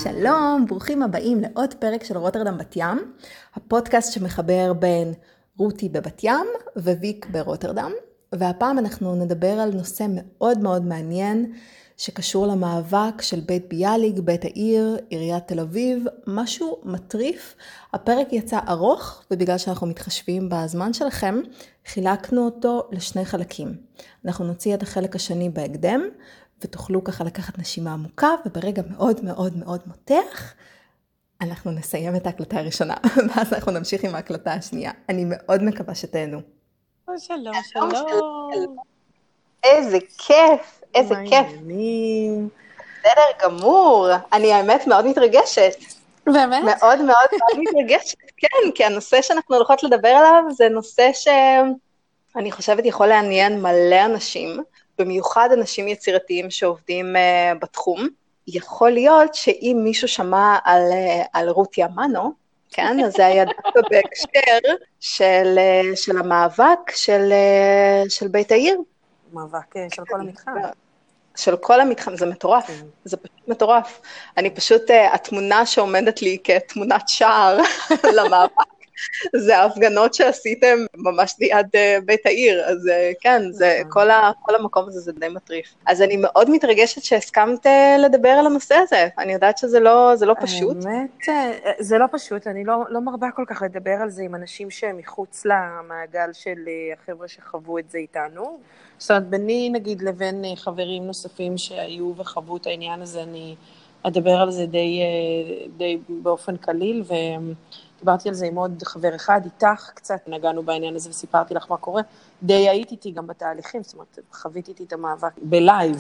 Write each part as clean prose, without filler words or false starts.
שלום, ברוכים הבאים לעוד פרק של רוטרדם בת ים, הפודקאסט שמחבר בין רותי בבת ים וויק ברוטרדם, והפעם אנחנו נדבר על נושא מאוד מאוד מעניין שקשור למאבק של בית ביאליק, בית העיר, עיריית תל אביב, משהו מטריף. הפרק יצא ארוך ובגלל שאנחנו מתחשבים בזמן שלכם, חילקנו אותו לשני חלקים. אנחנו נוציא את החלק השני בהקדם, ותוכלו ככה לקחת נשימה עמוקה, וברגע מאוד מאוד מאוד מותח, אנחנו נסיים את ההקלטה הראשונה, ואז אנחנו נמשיך עם ההקלטה השנייה. אני מאוד מקווה שתהנו. שלום, שלום. איזה כיף, איזה כיף. מעניינים. בסדר גמור. אני האמת מאוד מתרגשת. באמת? מאוד מאוד מאוד מתרגשת, כן, כי הנושא שאנחנו הולכות לדבר עליו, זה נושא שאני חושבת יכול לעניין מלא אנשים, במיוחד אנשים יצירתיים שעובדים בתחום. יכול להיות שאם מישהו שמע על רותי אמנו, כן, אז זה היה דווקא בהקשר של המאבק של בית העיר. מאבק של כל המתחם. של כל המתחם, זה מטורף, זה פשוט מטורף. אני פשוט, התמונה שעומדת לי כתמונת שער למאבק, זה ההפגנות שעשיתם ממש ליד בית העיר, אז כן, זה, כל המקום הזה זה די מטריף. אז אני מאוד מתרגשת שהסכמת לדבר על הנושא הזה, אני יודעת שזה לא פשוט. האמת, זה לא פשוט, אני לא מרבה כל כך לדבר על זה עם אנשים שהם מחוץ למעגל של החבר'ה שחוו את זה איתנו. זאת אומרת, ביני נגיד לבין חברים נוספים שהיו וחוו את העניין הזה, אני אדבר על זה די באופן קליל, דיברתי על זה עם עוד חבר אחד, איתך קצת נגענו בעניין הזה וסיפרתי לך מה קורה, די הייתי איתי גם בתהליכים, זאת אומרת, חוויתי איתי את המאבק בלייב,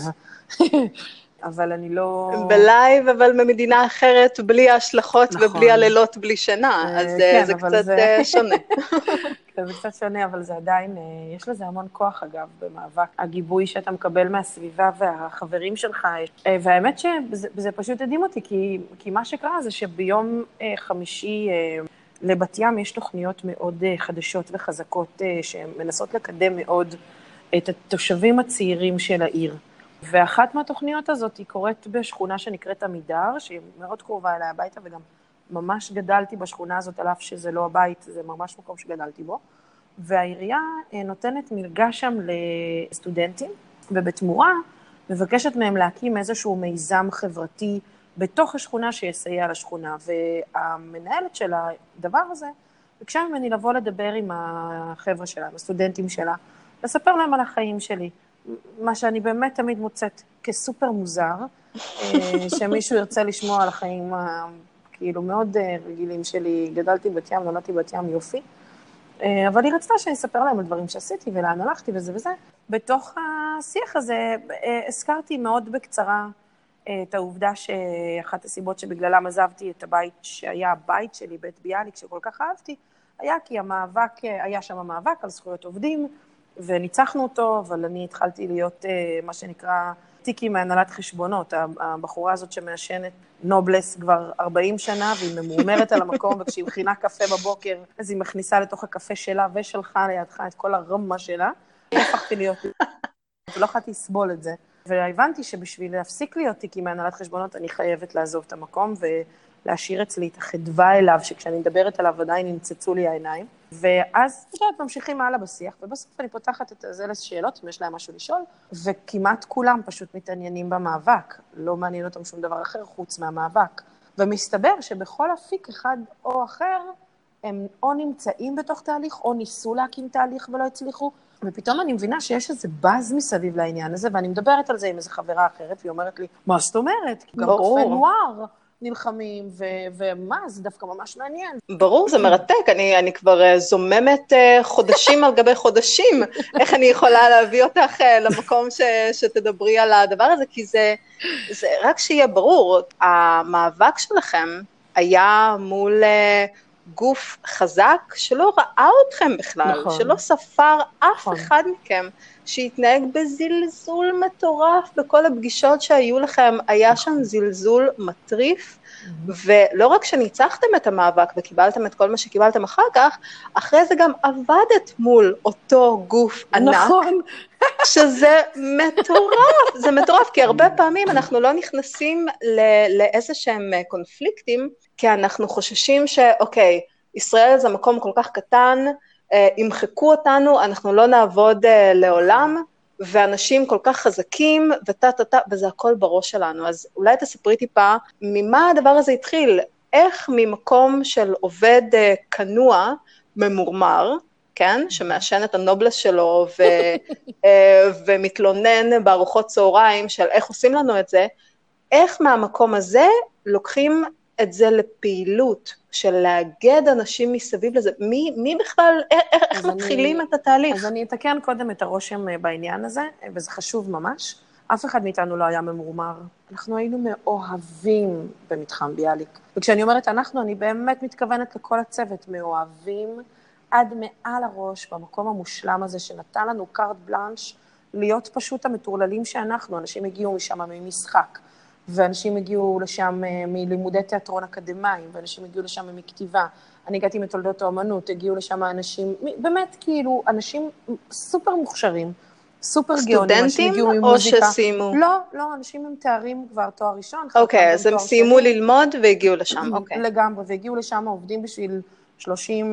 אבל אני לא... בלייב, אבל ממדינה אחרת, בלי ההשלכות נכון. ובלי הלילות, בלי שינה, אז כן, זה קצת שונה. זה קצת שונה, אבל זה עדיין, יש לזה המון כוח אגב במאבק, הגיבוי שאתה מקבל מהסביבה והחברים שלך, והאמת שזה פשוט הדהים אותי, כי מה שקרה זה שביום חמישי לבת ים יש תוכניות מאוד חדשות וחזקות, שמנסות לקדם מאוד את התושבים הצעירים של העיר. ואחת מהתוכניות הזאת היא קורית בשכונה שנקראת עמידר, שהיא מאוד קרובה אליי הביתה, וגם ממש גדלתי בשכונה הזאת, על אף שזה לא הבית, זה ממש מקום שגדלתי בו. והעירייה נותנת מלגה שם לסטודנטים, ובתמורה מבקשת מהם להקים איזשהו מיזם חברתי בתוך השכונה שיסייע לשכונה. והמנהלת של הדבר הזה ביקשה ממני לבוא לדבר עם החבר'ה שלה, עם הסטודנטים שלה, לספר להם על החיים שלי. מה שאני באמת תמיד מוצאת כסופר מוזר, שמישהו ירצה לשמוע על החיים כאילו מאוד רגילים שלי, גדלתי בת ים, נולדתי בת ים יופי, אבל היא רצתה שאני אספר להם על דברים שעשיתי ולאן הלכתי וזה וזה. בתוך השיח הזה הזכרתי מאוד בקצרה את העובדה שאחת הסיבות שבגללם עזבתי את הבית שהיה הבית שלי, בית ביאליק, שכל כך אהבתי, היה כי היה שם המאבק על זכויות עובדים, וניצחנו אותו, אבל אני התחלתי להיות מה שנקרא טיקי מהנהלת חשבונות, הבחורה הזאת שמעשנת נובלס כבר 40 שנה, והיא ממומרת על המקום, וכשהיא מכינה קפה בבוקר, אז היא מכניסה לתוך הקפה שלה ושלחה לידך את כל הרמה שלה, אני הפכתי להיות, ולא יכולתי לסבול את זה. והבנתי שבשביל להפסיק להיות טיקי מהנהלת חשבונות, אני חייבת לעזוב את המקום, ולהשאיר אצלי את החדווה אליו, שכשאני מדברת עליו עדיין נמצצו לי העיניים. ואז ממשיכים הלאה בשיח, ובסוף אני פותחת את זה לשאלות, אם יש להם משהו לשאול, וכמעט כולם פשוט מתעניינים במאבק, לא מעניין אותם שום דבר אחר חוץ מהמאבק. ומסתבר שבכל אפיק אחד או אחר, הם או נמצאים בתוך תהליך, או ניסו להקים תהליך ולא הצליחו, ופתאום אני מבינה שיש איזה בז מסביב לעניין הזה, ואני מדברת על זה עם איזו חברה אחרת, והיא אומרת לי, מה זאת אומרת? גם קפה נואר נלחמים, ומה, זה דווקא ממש מעניין. ברור, זה מרתק, אני כבר זוממת חודשים על גבי חודשים, איך אני יכולה להביא אותך למקום שתדברי על הדבר הזה, כי זה רק שיהיה ברור, המאבק שלכם היה מול גוף חזק שלא ראה אתכם בכלל, נכון. שלא ספר אף נכון. אחד מכם, שהתנהג בזלזול מטורף בכל הפגישות שהיו לכם, היה נכון. שם זלזול מטריף, ולא רק שניצחתם את המאבק וקיבלתם את כל מה שקיבלתם אחר כך, אחרי זה גם עבדת מול אותו גוף ענק, נכון. שזה מטורף, זה מטורף, כי הרבה פעמים אנחנו לא נכנסים לאיזה שהם קונפליקטים, כי אנחנו חוששים שאוקיי, ישראל זה מקום כל כך קטן, ימחקו אותנו, אנחנו לא נעבוד לעולם, ואנשים כל כך חזקים, וזה הכל בראש שלנו. אז אולי תספרי טיפה, ממה הדבר הזה התחיל? איך ממקום של עובד כנוע, ממורמר, כן, שמאשן את הנובלס שלו ומתלונן בארוחות צהריים של איך עושים לנו את זה, איך מהמקום הזה לוקחים את זה לפעילות של לאגד אנשים מסביב לזה, מי בכלל, איך מתחילים את התהליך? אז אני אתקן קודם את הרושם בעניין הזה, וזה חשוב ממש. אף אחד מאיתנו לא היה ממורמר. אנחנו היינו מאוהבים במתחם ביאליק. וכשאני אומרת אנחנו, אני באמת מתכוונת לכל הצוות, מאוהבים עד מעל הראש, במקום המושלם הזה, שנתן לנו קארט בלנש, להיות פשוט המטורללים שאנחנו. אנשים הגיעו משם ממשחק, ואנשים הגיעו לשם מלימודי תיאטרון אקדמיים, ואנשים הגיעו לשם מכתיבה. אני הגעתי מתולדות האמנות, הגיעו לשם אנשים, באמת כאילו, אנשים סופר מוכשרים, סופר גאונים. סטודנטים או שסיימו? לא, אנשים עם תארים כבר תואר ראשון. אוקיי, אז הם סיימו ללמוד והגיעו לשם, אוקיי. לגמרי, והגיעו לשם עובדים בשביל 30-35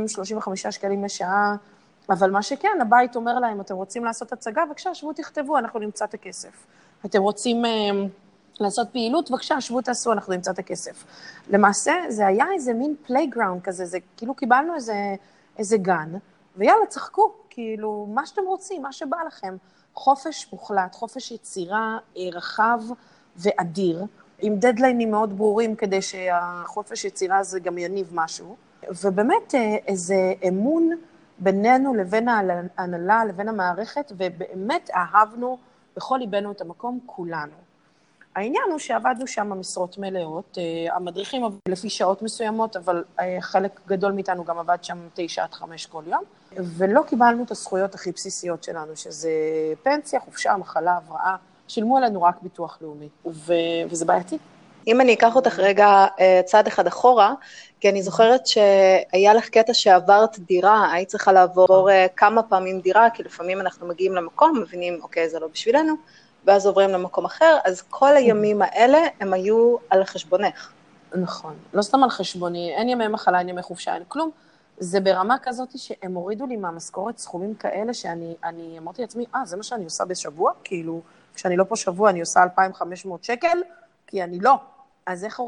שקלים לשעה, אבל מה שכן, הבית אומר להם, אתם רוצים לעשות הצגה, בבקשה, שבו תכתבו, אנחנו נמצא את הכסף. אתם רוצים לעשות פעילות, בבקשה, שבו תעשו, אנחנו נמצא את הכסף. למעשה, זה היה איזה מין פלייגראונד כזה, זה כאילו קיבלנו איזה גן, ויאללה, צחקו, כאילו, מה שאתם רוצים, מה שבא לכם. חופש מוחלט, חופש יצירה רחב ואדיר, עם דדליינים מאוד ברורים, כדי שהחופש יצירה הזה גם יניב משהו, ובאמת איזה אמון בינינו לבין ההנהלה, לבין המערכת, ובאמת אהבנו בכל ליבנו את המקום כולנו. העניין הוא שעבדנו שם משרות מלאות, המדריכים עבדו לפי שעות מסוימות, אבל חלק גדול מאיתנו גם עבד שם 9-5 כל יום, ולא קיבלנו את הזכויות הכי בסיסיות שלנו, שזה פנסיה, חופשה, מחלה, הבראה, שילמו עלינו רק ביטוח לאומי, וזה בעייתי. אם אני אקח אותך רגע צעד אחד אחורה, כי אני זוכרת שהיה לך קטע שעברת דירה, היית צריכה לעבור כמה פעמים דירה, כי לפעמים אנחנו מגיעים למקום, מבינים, אוקיי, זה לא בשבילנו, ואז עוברים למקום אחר, אז כל הימים האלה הם היו על חשבונך. נכון, לא סתם על חשבוני, אין ימי מחלה, אין ימי חופשה, אין כלום, זה ברמה כזאת שהם הורידו לי מהמשכורת סכומים כאלה, שאני אמרתי לעצמי, זה מה שאני עושה בשבוע? כאילו, כשאני לא פה שבוע, אני עושה 2,500 שקל, כי אני לא. אז איך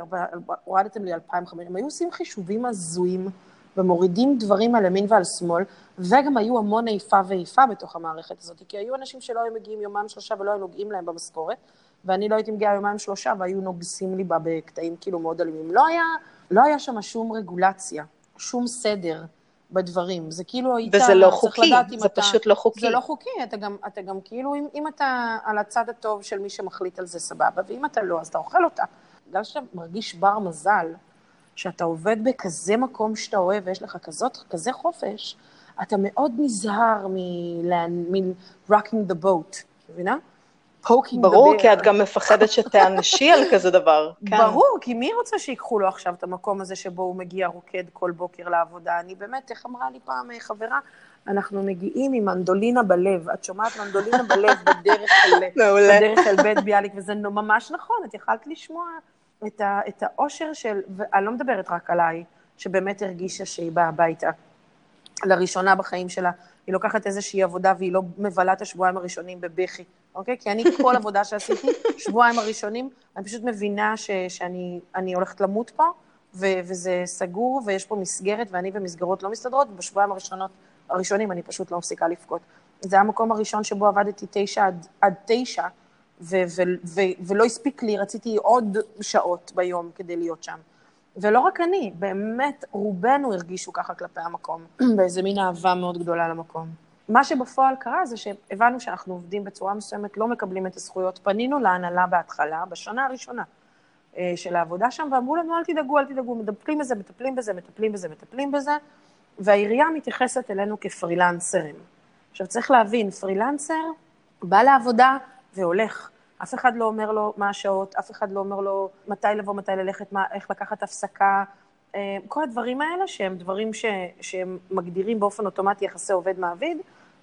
הורדתם לי 2,500? הם היו עושים חישובים הזויים, ומורידים דברים על ימין ועל שמאל, וגם היו המון איפה ואיפה בתוך המערכת הזאת, כי היו אנשים שלא היו מגיעים יומיים 3 ולא היו נוגעים להם במשכורת, ואני לא הייתי מגיעה יומיים 3 והיו נוגסים לי בה בקטעים כאילו מאוד אלימים. לא היה שם שום רגולציה, שום סדר בדברים. זה כאילו היית... וזה לא חוקי, זה פשוט לא חוקי. זה לא חוקי, אתה גם כאילו, אם אתה על הצד הטוב של מי שמחליט על זה סבבה, ואם אתה לא, אז אתה אוכל אותה. בגלל שאתה מרגיש בר מזל, שאתה עובד בכזה מקום שאתה אוהב, ויש לך כזה חופש, אתה מאוד נזהר מ-rocking the boat, מבינה? ברור, כי את גם מפחדת שתאנשי על כזה דבר. ברור, כי מי רוצה שיקחו לו עכשיו את המקום הזה שבו הוא מגיע רוקד כל בוקר לעבודה? אני באמת, איך אמרה לי פעם חברה, אנחנו מגיעים עם מנדולינה בלב, את שומעת מנדולינה בלב בדרך אל בית ביאליק, וזה ממש נכון, את יכלת לשמוע את האושר של, ואני לא מדברת רק עליי, שבאמת הרגישה שהיא באה הביתה לראשונה בחיים שלה, היא לוקחת איזושהי עבודה והיא לא מבלה את השבועיים הראשונים בבכי, אוקיי? כי אני כל עבודה שעשיתי, שבועיים הראשונים, אני פשוט מבינה שאני הולכת למות פה, וזה סגור, ויש פה מסגרת, ואני ומסגרות לא מסתדרות, ובשבועיים הראשונים אני פשוט לא מפסיקה לפקוד. זה המקום הראשון שבו עבדתי 9 עד 9, ולא הספיק לי, רציתי עוד שעות ביום כדי להיות שם. ולא רק אני, באמת רובנו הרגישו ככה כלפי המקום, באיזה מין אהבה מאוד גדולה למקום. מה שבפועל קרה זה שהבנו שאנחנו עובדים בצורה מסוימת, לא מקבלים את הזכויות, פנינו להנהלה בהתחלה, בשנה הראשונה של העבודה שם, ואמרו לנו, אל תדאגו, מטפלים בזה, והעירייה מתייחסת אלינו כפרילנסרים. עכשיו צריך להבין, פרילנסר בא לעבודה והולך, אף אחד לא אומר לו מה השעות, אף אחד לא אומר לו מתי לבוא, מתי ללכת, איך לקחת הפסקה, כל הדברים האלה שהם דברים שהם מגדירים באופן אוטומטי יחסי עובד מעביד,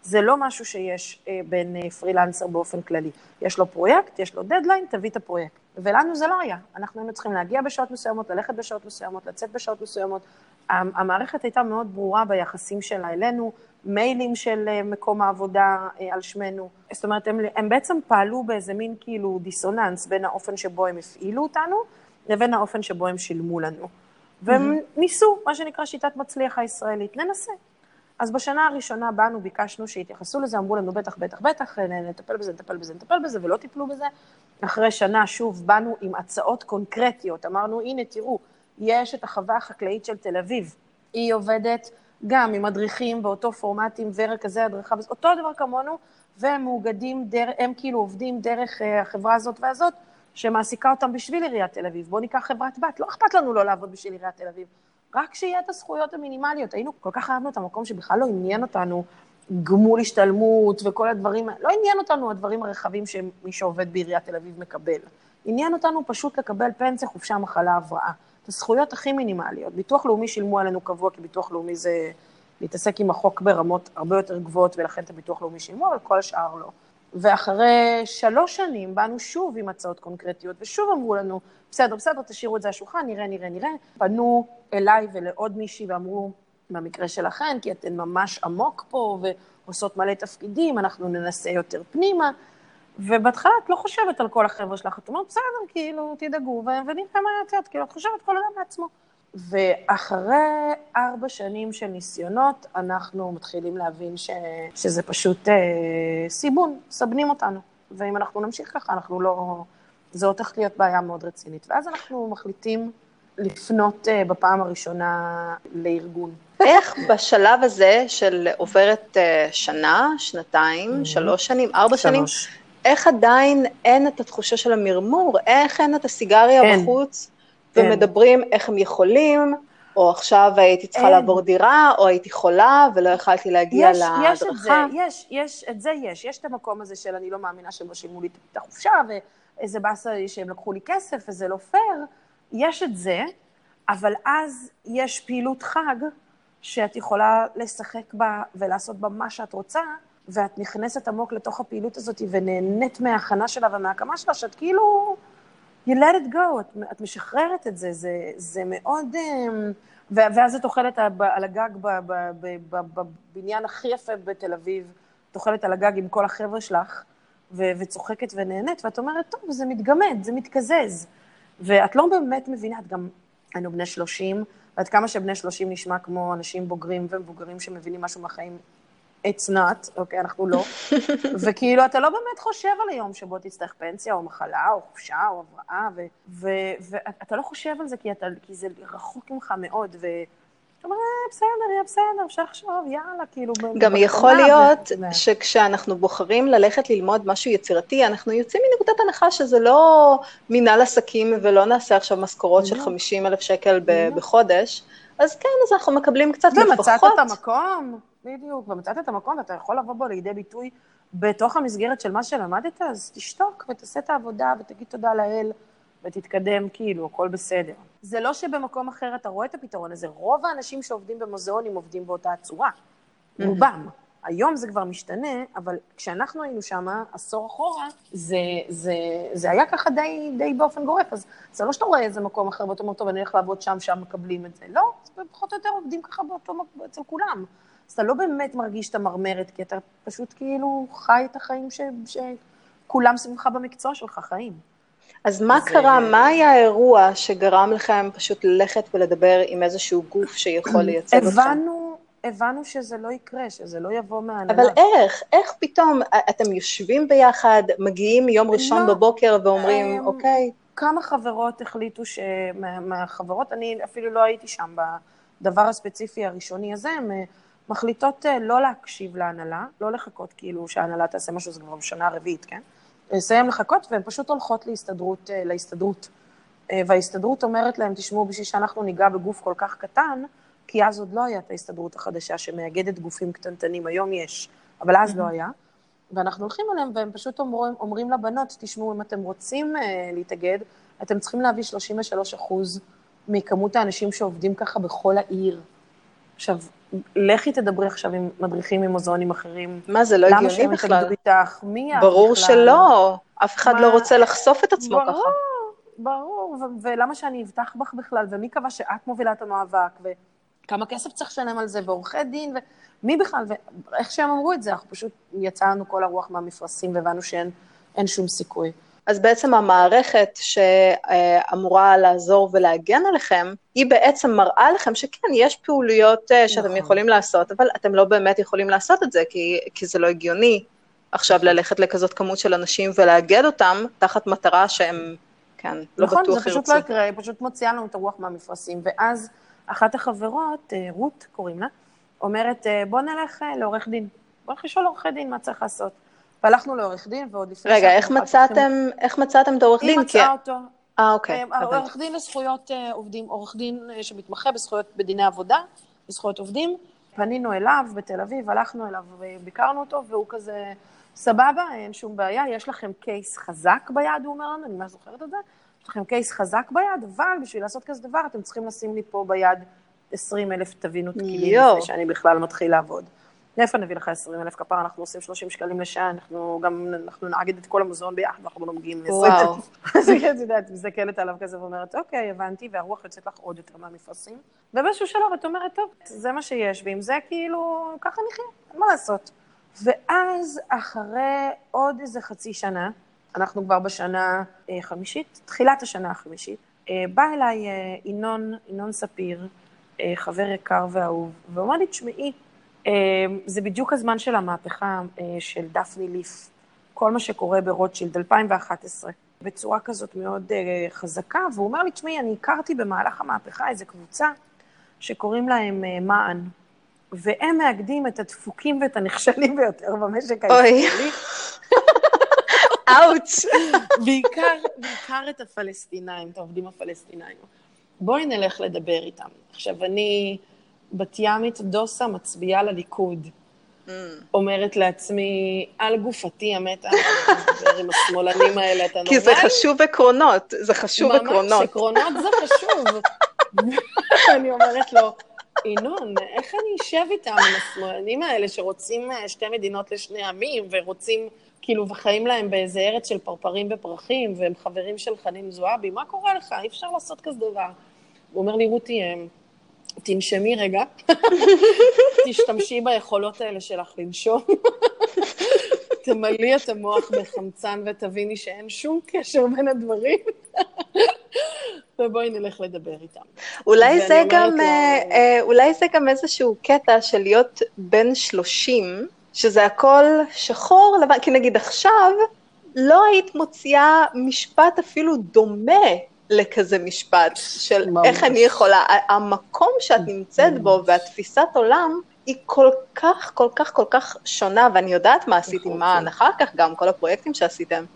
זה לא משהו שיש בין פרילנסר באופן כללי. יש לו פרויקט, יש לו דדליין, תביא את הפרויקט. ולנו זה לא היה. אנחנו היינו צריכים להגיע בשעות מסוימות, ללכת בשעות מסוימות, לצאת בשעות מסוימות. המערכת הייתה מאוד ברורה ביחסים שלה אלינו, מיילים של מקום העבודה על שמנו. זאת אומרת, הם בעצם פעלו באיזה מין כאילו דיסוננס בין האופן שבו הם הפעילו אותנו, לבין האופן שבו הם שילמו לנו. והם ניסו, מה שנקרא שיטת מצליח הישראלית, ננסה. אז בשנה הראשונה באנו, ביקשנו שהתייחסו לזה, אמרו לנו בטח, בטח, בטח, נטפל בזה, נטפל בזה, נטפל בזה, ולא טיפלו בזה. אחרי שנה שוב באנו עם הצעות קונקרטיות, אמרנו, הנה תראו, יש את החווה החקלאית של תל אביב, היא עובדת גם עם מדריכים באותו פורמטים ורכזי הדרכה, אותו דבר כמונו, והם מאוגדים, הם כאילו עובדים דרך החברה הזאת והזאת, שמעסיקה אותם בשביל עיריית תל אביב. בואו ניקח חברת בת, לא אכפת לנו לא לעבוד בשביל עיריית תל אביב, רק שיהיה את הזכויות המינימליות. היינו כל כך אהבנו את המקום שבכלל לא עניין אותנו גמול השתלמות וכל הדברים, לא עניין אותנו הדברים הרחבים שמי שעובד בעיריית תל אביב מקבל. עניין אותנו פשוט לקבל פנסיה, חופשה, מחלה, הבראה. את הזכויות הכי מינימליות. ביטוח לאומי שילמו עלינו קבוע, כי ביטוח לאומי זה להתעסק עם החוק ברמות הרבה יותר גבוהות, ולכן את הביטוח לאומי שילמו, אבל כל השאר לא. ואחרי 3 שנים באנו שוב עם הצעות קונקרטיות, ושוב אמרו לנו, בסדר, תשאירו את זה השולחן, נראה. פנו אליי ולעוד מישהי ואמרו, במקרה שלכן, כי אתן ממש עמוק פה, ועושות מלא תפקידים, אנחנו ננסה יותר פנימה, ובהתחלה את לא חושבת על כל החבר'ה שלך, את אומרת, בסדר, כאילו, תדאגו, ונראה מה יוצאת, כאילו, את חושבת כל אדם לעצמו. ואחרי 4 שנים של ניסיונות, אנחנו מתחילים להבין שזה פשוט סיבון, סבנים אותנו. ואם אנחנו נמשיך ככה, אנחנו לא... זה הולך להיות בעיה מאוד רצינית. ואז אנחנו מחליטים לפנות בפעם הראשונה לארגון. איך בשלב הזה של עוברת שנה, שנתיים, 3 שנים, 4 שנים, איך עדיין אין את התחושה של המרמור? איך אין את הסיגריה בחוץ ומדברים איך הם יכולים, או עכשיו הייתי צריכה לעבור דירה, או הייתי חולה ולא יכלתי להגיע להדרכה? יש את המקום הזה של אני לא מאמינה שהם לא שילמו לי את החופשה, ואיזה באסה שהם לקחו לי כסף, וזה לא פייר. יש את זה, אבל אז יש פעילות חג, שאת יכולה לשחק בה ולעשות בה מה שאת רוצה, ואת נכנסת עמוק לתוך הפעילות הזאת, ונהנית מההכנה שלה ומההקמה שלה, שאת כאילו, you let it go, את משחררת את זה, זה מאוד, ואז את אוכלת על הגג בבניין הכי יפה בתל אביב, את אוכלת על הגג עם כל החבר'ה שלך, וצוחקת ונהנית, ואת אומרת, טוב, זה מתגמד, זה מתקזז, ואת לא באמת מבינה, את גם, היינו בני 30, ועד כמה שבני 30 נשמע כמו אנשים בוגרים ומבוגרים שמבינים משהו מהחיים, it's not, אוקיי, אנחנו לא, וכאילו אתה לא באמת חושב על היום שבו תצטרך פנסיה או מחלה או חופשה או הבראה, ואתה לא חושב על זה כי זה רחוק ממך מאוד, ואתה אומר, בסדר, אפשר לחשוב, יאללה, כאילו... גם יכול להיות שכשאנחנו בוחרים ללכת ללמוד משהו יצירתי, אנחנו יוצאים מנקודת הנחה שזה לא מנהל עסקים ולא נעשה עכשיו משכורות של 50,000 שקל בחודש, אז כן, אז אנחנו מקבלים קצת לפחות. ומצאת את המקום, בדיוק, ומצאת את המקום, ואתה יכול לבוא בו לידי ביטוי בתוך המסגרת של מה שלמדת, אז תשתוק ותעשה את העבודה ותגיד תודה לאל ותתקדם, כאילו, הכל בסדר. זה לא שבמקום אחר אתה רואה את הפתרון הזה, רוב האנשים שעובדים במוזיאונים עובדים באותה הצורה, רובם. היום זה כבר משתנה, אבל כשאנחנו היינו שם, עשור אחורה, זה היה ככה די באופן גורף, אז זה לא שאתה רואה איזה מקום אחר, ואתה אומר, טוב, אני הולך לעבוד שם מקבלים את זה. לא, זה פחות או יותר עובדים ככה אצל כולם. אז אתה לא באמת מרגיש את המרמרת, כי אתה פשוט כאילו חי את החיים שכולם סביבך במקצוע שלך חיים. אז מה קרה, מה היה האירוע שגרם לכם פשוט ללכת ולדבר עם איזשהו גוף שיכול לייצג אתכם? הבנו שזה לא יקרה, שזה לא יבוא מהנהלה. אבל איך פתאום אתם יושבים ביחד, מגיעים יום ראשון בבוקר ואומרים, אוקיי? כמה חברות החליטו מהחברות, אני אפילו לא הייתי שם בדבר הספציפי הראשוני הזה, הן מחליטות לא להקשיב להנהלה, לא לחכות כאילו שההנהלה תעשה משהו, זה כבר בשנה הרביעית, כן? לסיים לחכות, והן פשוט הולכות להסתדרות. וההסתדרות אומרת להם, תשמעו, בשביל שאנחנו ניגע בגוף כל כך קטן, כי אז עוד לא היה את ההסתדרות החדשה שמאגדת גופים קטנטנים, היום יש, אבל אז לא היה. ואנחנו הולכים עליהם, והם פשוט אומרים לבנות, תשמעו, אם אתם רוצים להתאגד, אתם צריכים להביא 33% מכמות האנשים שעובדים ככה בכל העיר. עכשיו, לכי תדברי עכשיו עם מדריכים ממוזיאונים אחרים. מה, זה לא הגיוני בכלל? למה שהם יתאגדו איתך? מי את בכלל? ברור שלא. אף אחד לא רוצה לחשוף את עצמו ככה. ברור, ולמה שאני אבטח בך בכלל, ומי קבע שאת מובילה את המאבק, וכמה כסף צריך לשלם על זה, ועורכי דין, ומי בכלל, ואיך שהם אמרו את זה, אנחנו פשוט יצאנו כל הרוח מהמפרשים, והבנו שאין שום סיכוי. אז בעצם המערכת שאמורה לעזור ולהגן עליכם, היא בעצם מראה לכם שכן, יש פעוליות שאתם יכולים לעשות, אבל אתם לא באמת יכולים לעשות את זה, כי זה לא הגיוני עכשיו ללכת לכזאת כמות של אנשים ולאגד אותם, תחת מטרה שהם, כן, לא בטוח ירצו. נכון, זה פשוט לא יקרה, היא פשוט מוציאה לנו את הרוח מהמפרשים, ואז אחת החברות, רות קוראים לה, אומרת, בוא נלך לעורך דין, בוא נלך לשאול לעורכי דין מה צריך לעשות. והלכנו לעורך דין, ועוד לפני... רגע, איך מצאתם את העורך דין? היא מצאה אותו. אוקיי. עורך דין לזכויות עובדים, עורך דין שמתמחה בזכויות בדיני עבודה, בזכויות עובדים. פנינו אליו בתל אביב, הלכנו אליו וביקרנו אותו, והוא כזה, סבבה, אין שום בעיה, יש לכם קייס חזק ביד, הוא אומר לנו, אני מה זוכרת את זה? יש לכם קייס חזק ביד, אבל בשביל לעשות כזה דבר, אתם צריכים לשים לי פה ביד 20,000 תבינות תקינים, לפני שאני בכלל מתחיל לעבוד. איפה נביא לך 20,000 כפר, אנחנו עושים 30 שקלים לשעה, אנחנו נאגד את כל המוזיאון ביחד, ואנחנו לא מגיעים ל-20,000. וואו. אז היא יודעת, מסתכלת עליו כזה ואומרת, אוקיי, הבנתי, והרוח יוצאת לך עוד יותר מהמפרשים. ובאיזשהו שלב את אומרת, טוב, זה מה שיש, ועם זה כאילו, ככה נחיה, אין מה לעשות. ואז אחרי עוד איזה חצי שנה, אנחנו כבר בשנה חמישית, תחילת השנה החמישית, בא אליי ינון ספיר, חבר יקר ואהוב, ואומר לי, תשמעי, זה בדיוק הזמן של המהפכה של דפני ליף, כל מה שקורה ברוטשילד 2011, בצורה כזאת מאוד חזקה, והוא אומר לי, תשמעי, אני הכרתי במהלך המהפכה איזו קבוצה שקוראים להם מען, והם מאגדים את הדפוקים ואת הנכשלים ביותר במשק הישראלי. אאוץ'. בעיקר את הפלסטינאים, את העובדים הפלסטינאים. בואי נלך לדבר איתם. עכשיו, אני בת ימית דוסה מצביעה לליכוד. אומרת לעצמי, על גופתי המתה, אני מדבר עם השמאלנים האלה, אתה נורמל? כי זה חשוב עקרונות, זה חשוב עקרונות. ממש, עקרונות זה חשוב. אני אומרת לו, ינון, איך אני אשב איתם עם השמאלנים האלה שרוצים שתי מדינות לשני עמים, ורוצים, כאילו, וחיים להם באיזה ארץ של פרפרים ופרחים, והם חברים של חנין זועבי, מה קורה לך? אי אפשר לעשות כזה דבר. הוא אומר לי, רותי, תנשמי רגע, תשתמשי ביכולות האלה שלך לנשום, תמלאי את המוח בחמצן ותביני שאין שום קשר בין הדברים, ובואי נלך לדבר איתם. אולי זה גם איזשהו קטע של להיות בן 30, שזה הכל שחור לבן, כי נגיד עכשיו לא היית מוציאה משפט אפילו דומה לכזה משפט של איך אני יכולה, המקום שאת נמצאת בו והתפיסת עולם היא כל כך שונה, ואני יודעת מה עשיתם, מה אחר כך גם כל הפרויקטים שעשיתם,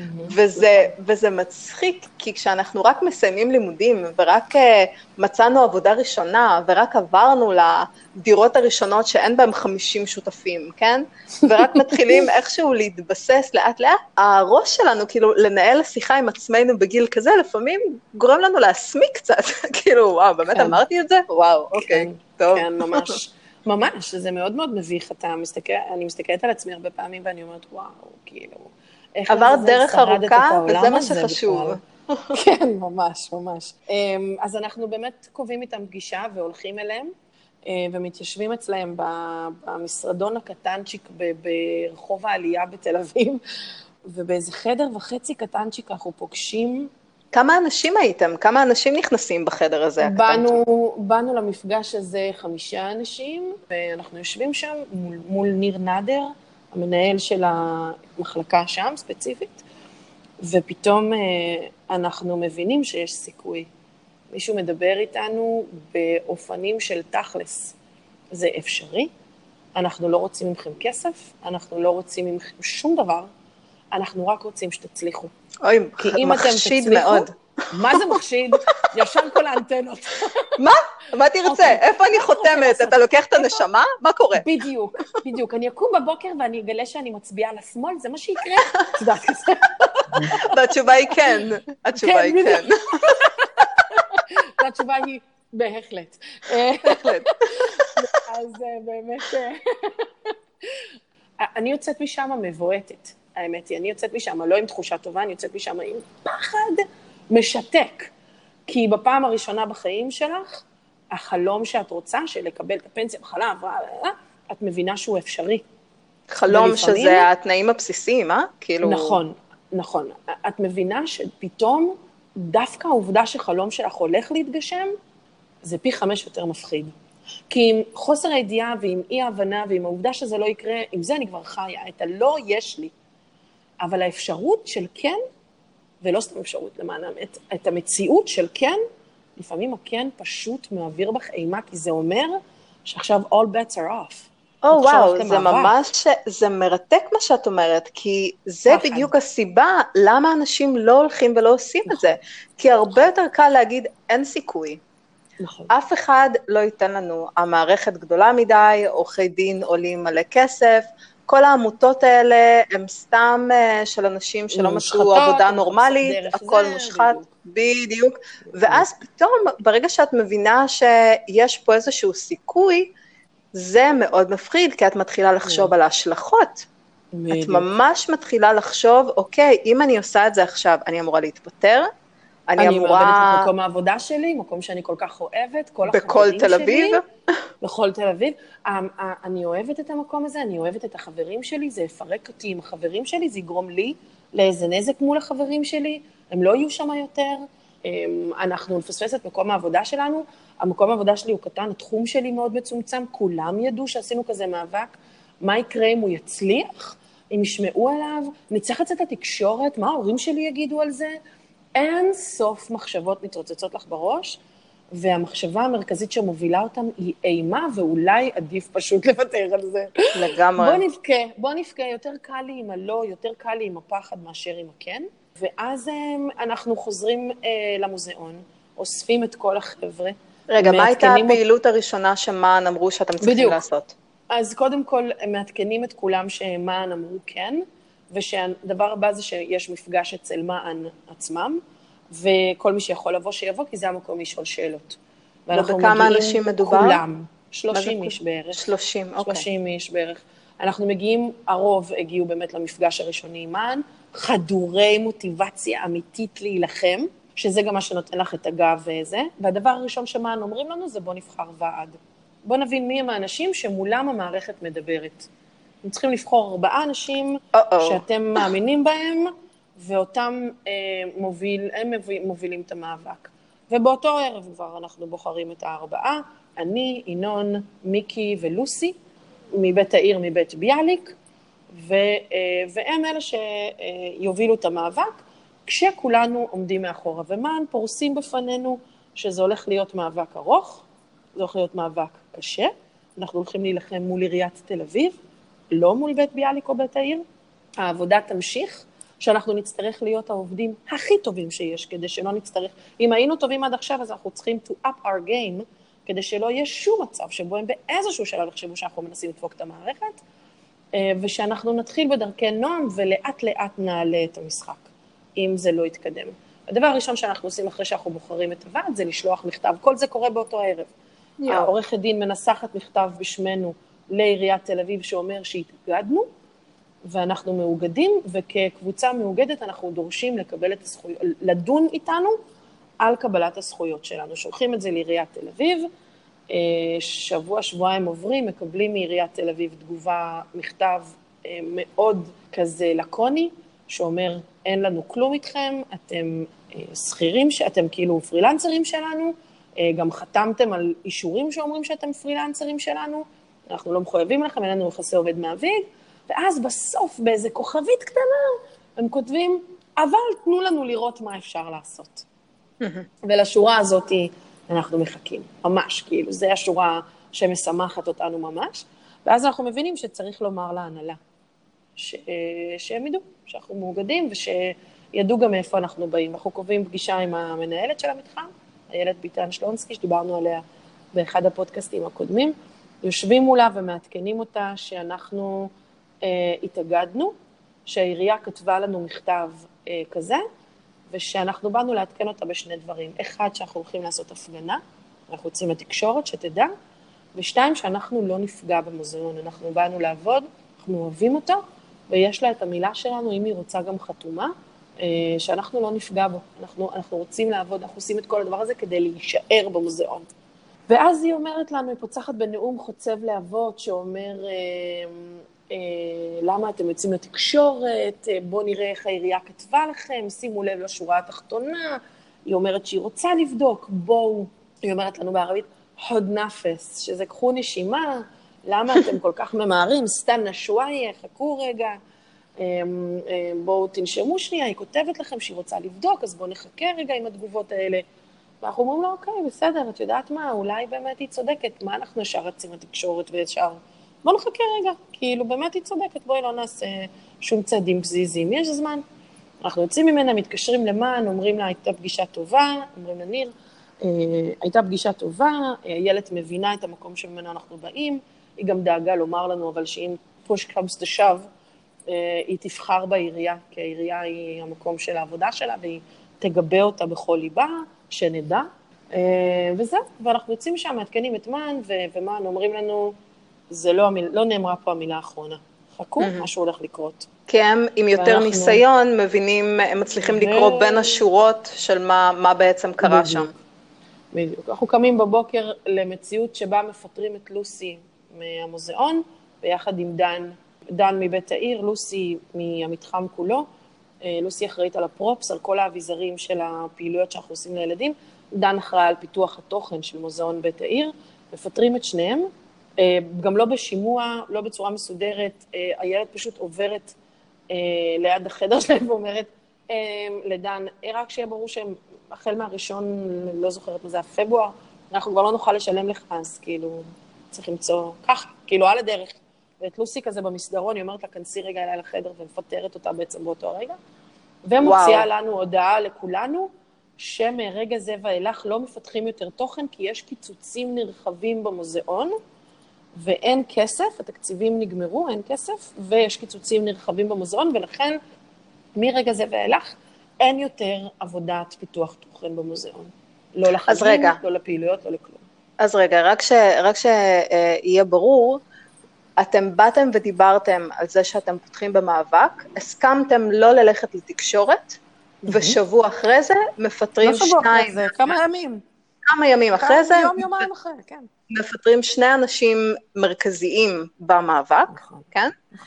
וזה מצחיק, כי כשאנחנו רק מסיימים לימודים, ורק מצאנו עבודה ראשונה, ורק עברנו לדירות הראשונות שאין בהם 50 שותפים, כן? ורק מתחילים איכשהו להתבסס לאט לאט, הראש שלנו, כאילו, לנהל שיחה עם עצמנו בגיל כזה, לפעמים גורם לנו להסמיק קצת, כאילו, וואו, באמת אמרתי את זה? וואו, אוקיי, טוב. כן, ממש, זה מאוד מאוד מביך, אני מסתכלת על עצמי הרבה פעמים, ואני אומרת, וואו, כאילו, עברת דרך ארוכה, וזה מה שחשוב. כן, ממש. אז אנחנו באמת קובעים איתם פגישה, והולכים אליהם, ומתיישבים אצלהם במשרדון הקטנצ'יק ברחוב העלייה בתל אביב, ובאיזה חדר וחצי קטנצ'יק אנחנו פוגשים, כמה אנשים הייתם? כמה אנשים נכנסים בחדר הזה? באנו למפגש הזה 5 אנשים, ואנחנו יושבים שם מול ניר נדר, המנהל של המחלקה שם ספציפית, ופתאום אנחנו מבינים שיש סיכוי. מישהו מדבר איתנו באופנים של תכלס. זה אפשרי, אנחנו לא רוצים מכם כסף, אנחנו לא רוצים מכם שום דבר, אנחנו רק רוצים שתצליחו. אוי, מחשיד מאוד. מה זה מחשיד? ישר כל האנטנות. מה? מה תרצה? איפה אני חותמת? אתה לוקח את הנשמה? מה קורה? בדיוק. אני אקום בבוקר ואני אגלה שאני מצביעה לשמאל, זה מה שיקרה? תודה כזה. והתשובה היא כן. התשובה היא כן. והתשובה היא בהחלט. אז באמת, אני יוצאת משם מבועטת, האמת היא, אני יוצאת משם לא עם תחושה טובה, אני יוצאת משם עם פחד משתק, כי בפעם הראשונה בחיים שלך, החלום שאת רוצה, של לקבל את הפנסיה בחלה, את מבינה שהוא אפשרי. חלום ולפעמים, שזה התנאים הבסיסיים, כאילו... נכון, נכון. את מבינה שפתאום דווקא העובדה שחלום שלך הולך להתגשם, זה פי 5 יותר מפחיד. כי עם חוסר הידיעה ועם אי ההבנה ועם העובדה שזה לא יקרה, עם זה אני כבר חיה, את הלא יש לי. אבל האפשרות של כן, ולא סתם אפשרות למען האמת, את המציאות של כן, לפעמים הכן פשוט מעביר בך אימה, כי זה אומר שעכשיו all bets are off. וואו, זה ממש, זה מרתק מה שאת אומרת, כי זה בדיוק הסיבה למה אנשים לא הולכים ולא עושים את זה. כי הרבה יותר קל להגיד, אין סיכוי. אף אחד לא ייתן לנו, המערכת גדולה מדי, עורכי דין עולים מלא כסף, כל העמותות האלה הם סתם של אנשים שלא מצאו עבודה נורמלית, הכל מושחת, בדיוק. ואז פתאום, ברגע שאת מבינה שיש פה איזשהו סיכוי, זה מאוד מפחיד, כי את מתחילה לחשוב על ההשלכות. את ממש מתחילה לחשוב, אוקיי, אם אני עושה את זה עכשיו, אני אמורה להתפטר, אני מאבדת את מקום העבודה שלי, מקום שאני כל כך אוהבת, כל בכל תל אביב. בכל תל אביב. אני אוהבת את המקום הזה, אני אוהבת את החברים שלי, זה יפרק אותי עם החברים שלי, זה יגרום לי לאיזה נזק מול החברים שלי, הם לא יהיו שם יותר, אנחנו נפספס את מקום העבודה שלנו, המקום העבודה שלי הוא קטן, התחום שלי מאוד מצומצם, כולם ידעו שעשינו כזה מאבק, מה יקרה אם הוא יצליח, אם ישמעו עליו, נצטרך לצאת לתקשורת, מה ההורים שלי יגידו על זה, אין סוף מחשבות מתרוצצות לך בראש, והמחשבה המרכזית שמובילה אותם היא אימה, ואולי עדיף פשוט לוותר על זה. לגמרי. בוא נבכה, יותר קל לי עם הלא, יותר קל לי עם הפחד מאשר עם הכן, ואז אנחנו חוזרים למוזיאון, אוספים את כל החבר'ה. רגע, מה הייתה הפעילות הראשונה שמען אמרו שאתם צריכים לעשות? אז קודם כל, הם מעדכנים את כולם שמען אמרו כן, ושהדבר הבא זה שיש מפגש אצל מען עצמם, וכל מי שיכול לבוא שיבוא, כי זה המקום לשאול שאלות. ובכמה אנשים מדובר? כולם, 30 איש בערך. 30, אוקיי. 30 איש בערך. אנחנו מגיעים, הרוב הגיעו באמת למפגש הראשוני עם מען, חדורי מוטיבציה אמיתית להילחם, שזה גם מה שנותן לך את הגב וזה, והדבר הראשון שמען אומרים לנו זה בוא נבחר ועד. בוא נבין מי הם האנשים שמולם המערכת מדברת. הם צריכים לבחור 4 אנשים שאתם מאמינים בהם, ואותם הם מובילים את המאבק. ובאותו ערב כבר אנחנו בוחרים את 4, אני, ינון, מיקי ולוסי, מבית העיר, מבית ביאליק, והם אלה שיובילו את המאבק, כשכולנו עומדים מאחורה. ומען פורסים בפנינו שזה הולך להיות מאבק ארוך, זה הולך להיות מאבק קשה, אנחנו הולכים להילחם מול עיריית תל אביב, לא מול בית ביאליק או בית העיר, העבודה תמשיך, שאנחנו נצטרך להיות העובדים הכי טובים שיש, כדי שלא נצטרך, אם היינו טובים עד עכשיו, אז אנחנו צריכים to up our game, כדי שלא יהיה שום מצב שבו הם באיזשהו שלב יחשבו שאנחנו מנסים לדפוק את המערכת, ושאנחנו נתחיל בדרכי נועם, ולאט לאט נעלה את המשחק, אם זה לא יתקדם. הדבר הראשון שאנחנו עושים אחרי שאנחנו בוחרים את הוועד, זה לשלוח מכתב, כל זה קורה באותו ערב. העורכת דין מנסחת מכתב בשמנו לעיריית תל אביב, שאומר שהתאגדנו, ואנחנו מאוגדים, וכקבוצה מאוגדת אנחנו דורשים לקבל את הזכויות, לדון איתנו על קבלת הזכויות שלנו. שולחים את זה לעיריית תל אביב, שבועיים עוברים, מקבלים מעיריית תל אביב תגובה, מכתב מאוד כזה לקוני, שאומר, אין לנו כלום איתכם, אתם שכירים, אתם כאילו פרילנסרים שלנו, גם חתמתם על אישורים שאומרים שאתם פרילנסרים שלנו, אנחנו לא מחויבים לכם, אין לנו יחסי עובד מעביד, ואז בסוף, באיזה כוכבית קטנה, הם כותבים, אבל תנו לנו לראות מה אפשר לעשות. ולשורה הזאת אנחנו מחכים, ממש, כאילו, זו השורה שמשמחת אותנו ממש, ואז אנחנו מבינים שצריך לומר להנהלה, שהם ידעו, שאנחנו מאוגדים, ושידעו גם מאיפה אנחנו באים. אנחנו קובעים פגישה עם המנהלת של המתחם, איילת ביטן שלונסקי, שדיברנו עליה באחד הפודקאסטים הקודמים, יושבים מולה ומעדכנים אותה שאנחנו התאגדנו, שהעירייה כתבה לנו מכתב כזה, ושאנחנו באנו לעדכן אותה בשני דברים. אחד, שאנחנו הולכים לעשות הפגנה, אנחנו רוצים לתקשורת שתדע, ושתיים, שאנחנו לא נפגע במוזיאון, אנחנו באנו לעבוד, אנחנו אוהבים אותו, ויש לה את המילה שלנו, אם היא רוצה גם חתומה, שאנחנו לא נפגע בו. אנחנו רוצים לעבוד, אנחנו עושים את כל הדבר הזה כדי להישאר במוזיאון. ואז היא אומרת לנו, היא פוצחת בנאום חוצב להבות, שאומר, למה אתם יוצאים לתקשורת, בואו נראה איך העירייה כתבה לכם, שימו לב לשורה התחתונה, היא אומרת שהיא רוצה לבדוק, בואו, היא אומרת לנו בערבית, חוד נפס, שזה קחו נשימה, למה אתם כל כך ממהרים, סתנה שוואיה, חכו רגע, בואו תנשמו שנייה, היא כותבת לכם שהיא רוצה לבדוק, אז בואו נחכה רגע עם התגובות האלה, ואנחנו אומרים לו, אוקיי, בסדר, את יודעת מה, אולי באמת היא צודקת, מה אנחנו ישר רצים לתקשורת וישר, בואו נחכה רגע, כאילו באמת היא צודקת, בואי לא נעשה שום צעדים פזיזים, יש זמן. אנחנו יוצאים ממנה, מתקשרים למען, אומרים לה, הייתה פגישה טובה, אומרים לה, ניר, הייתה פגישה טובה, הילד מבינה את המקום שממנו אנחנו באים, היא גם דאגה לומר לנו, אבל שאם push comes to shove, היא תבחר בעירייה, כי העירייה היא המקום של העבודה שלה, והיא תגבה אותה בכל ליבה, שנדע, וזהו, ואנחנו יוצאים שם, מעדכנים את מען, ומען אומרים לנו, זה לא נאמרה פה המילה האחרונה, חכו, משהו הולך לקרות. כי הם עם יותר ניסיון מבינים, הם מצליחים לקרוא בין השורות של מה בעצם קרה שם. בדיוק. אנחנו קמים בבוקר למציאות שבה מפטרים את לוסי מהמוזיאון, ביחד עם דן מבית העיר, לוסי מהמתחם כולו, לוסי אחראית על הפרופס, על כל האביזרים של הפעילויות שאנחנו עושים לילדים, דן אחראי על פיתוח התוכן של מוזיאון בית העיר, מפטרים את שניהם, גם לא בשימוע, לא בצורה מסודרת, הילד פשוט עוברת ליד החדר שלהם ואומרת לדן, רק שיהיה ברור שהם החל מהראשון, לא זוכרת מה זה, הפברואר, אנחנו כבר לא נוכל לשלם לך, אז כאילו צריך למצוא ככה, כאילו על הדרך. ואת לוסי כזה במסדרון, היא אומרת לה, כנסי רגע אליי לחדר ומפטרת אותה בעצם באותו הרגע, ומוציאה לנו הודעה לכולנו, שמרגע זה ואילך לא מפתחים יותר תוכן, כי יש קיצוצים נרחבים במוזיאון, ואין כסף, התקציבים נגמרו, אין כסף, ויש קיצוצים נרחבים במוזיאון, ולכן מרגע זה ואילך, אין יותר עבודת פיתוח תוכן במוזיאון. לא לחיים, לא לפעילויות, לא לכלום. אז רגע, רק שיהיה ברור, אתם באתם ודיברתם על זה שאתם פותחים במאבק, הסכמתם לא ללכת לתקשורת, ושבוע אחרי זה מפטרים שניים. לא שבוע אחרי זה, כמה ימים. כמה ימים אחרי זה. יומיים אחרי, כן. מפטרים שני אנשים מרכזיים במאבק, כן?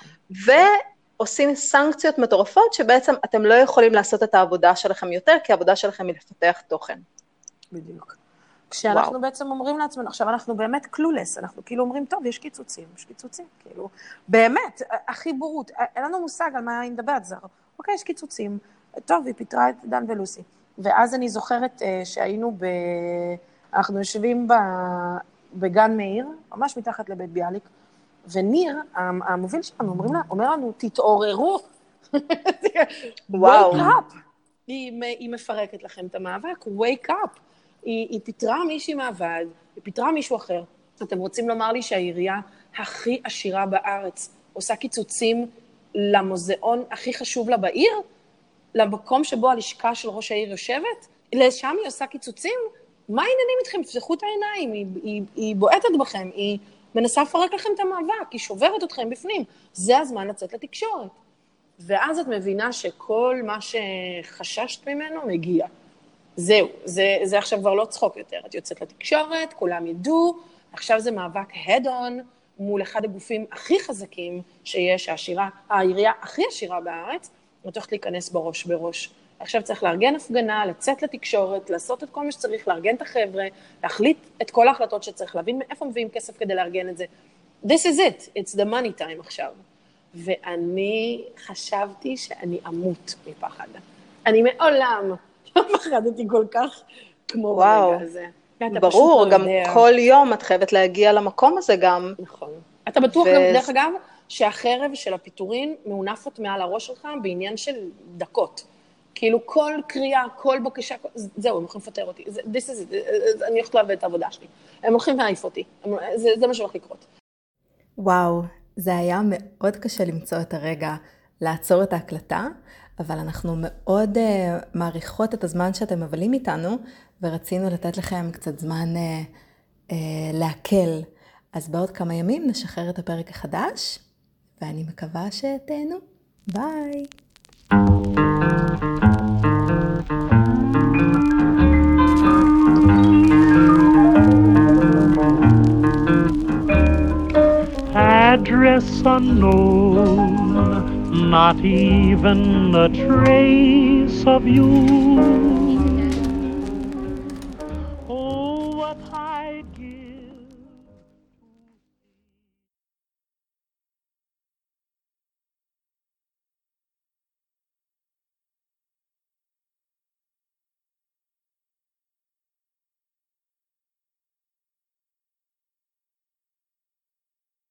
ועושים סנקציות מטורפות שבעצם אתם לא יכולים לעשות את העבודה שלכם יותר, כי העבודה שלכם היא לפתח תוכן. בדיוק. כשאנחנו בעצם אומרים לעצמנו, עכשיו אנחנו באמת קלולס, אנחנו כאילו אומרים, טוב, יש קיצוצים, כאילו, באמת, הכי בורות, אין לנו מושג על מה היא מדברת, זה, אוקיי, יש קיצוצים, טוב, היא פיתרה את דן ולוסי, ואז אני זוכרת שהיינו אנחנו יושבים בגן מאיר, ממש מתחת לבית ביאליק, וניר, המוביל שלנו, אומר לנו, תתעוררו, wake up, היא מפרקת לכם את המאבק, wake up, היא פיתרה מישהי מהוועד, היא פיתרה מישהו אחר. אתם רוצים לומר לי שהעירייה הכי עשירה בארץ עושה קיצוצים למוזיאון הכי חשוב לה בעיר? למקום שבו הלשכה של ראש העיר יושבת? לשם היא עושה קיצוצים? מה העניינים איתכם? תפתחו את העיניים, היא בועטת בכם, היא מנסה לפרק לכם את המאבק, היא שוברת אתכם בפנים. זה הזמן לצאת לתקשורת. ואז את מבינה שכל מה שחששת ממנו מגיע. זהו, זה עכשיו כבר לא צחוק יותר, את יוצאת לתקשורת, כולם ידעו, עכשיו זה מאבק head-on מול אחד הגופים הכי חזקים שיש, העירייה הכי עשירה בארץ, ותוכלת להיכנס בראש. עכשיו צריך לארגן הפגנה, לצאת לתקשורת, לעשות את כל מה שצריך, לארגן את החבר'ה, להחליט את כל ההחלטות שצריך, להבין מאיפה מביאים כסף כדי לארגן את זה. This is it, it's the money time עכשיו. ואני חשבתי שאני אמות מפחד. אני מעולם לא פחדתי כל כך כמו ברגע הזה. ברור, גם כל יום את חייבת להגיע למקום הזה גם. נכון. אתה בטוח גם, דרך אגב, שהחרב של הפיטורין מעונפת מעל הראש שלך בעניין של דקות. כאילו כל קריאה, כל בקשה, זהו, הם הולכים לפטר אותי. אני הולכת לאבד את העבודה שלי. הם הולכים להעיף אותי. זה מה שהולך לקרות. וואו, זה היה מאוד קשה למצוא את הרגע לעצור את ההקלטה, אבל אנחנו מאוד מעריכות את הזמן שאתם מבלים איתנו, ורצינו לתת לכם קצת זמן להקל אז בעוד כמה ימים נשחרר את הפרק החדש, ואני מקווה שתהנו. ביי! Address unknown, not even a trace of you.